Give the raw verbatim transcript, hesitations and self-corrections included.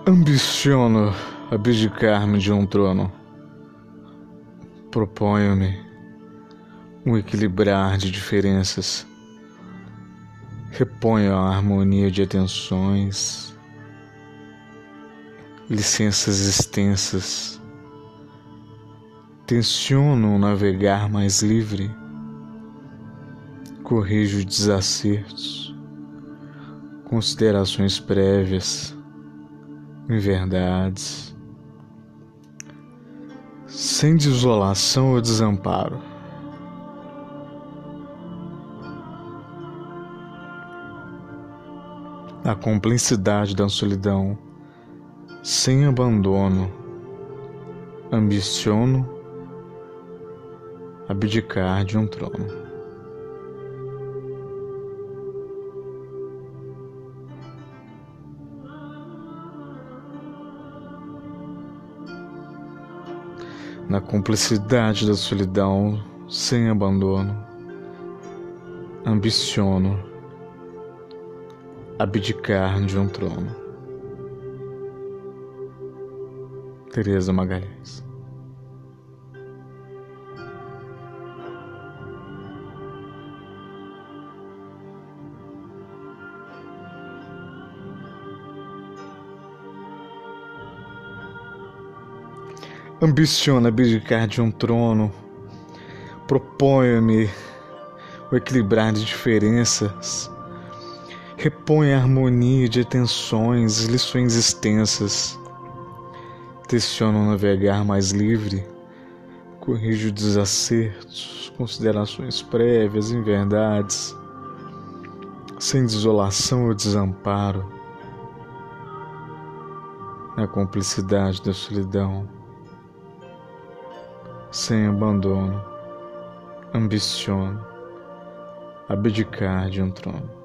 Ambiciono abdicar-me de um trono. Proponho-me um equilibrar de diferenças. Reponho a harmonia de atenções, licenças extensas. Tenciono um navegar mais livre. Corrijo desacertos, considerações prévias, inverdades, sem desolação ou desamparo. Na complexidade da solidão, sem abandono, ambiciono abdicar de um trono. Na complexidade da solidão, sem abandono, ambiciono abdicar de um trono. Teresa Magalhães. Ambiciono abdicar de um trono. Proponho-me o equilibrar de diferenças. Reponho a harmonia de atenções, lições extensas. Tenciono navegar mais livre. Corrijo desacertos, considerações prévias, inverdades, sem desolação ou desamparo. Na cumplicidade da solidão, sem abandono, ambiciono abdicar de um trono.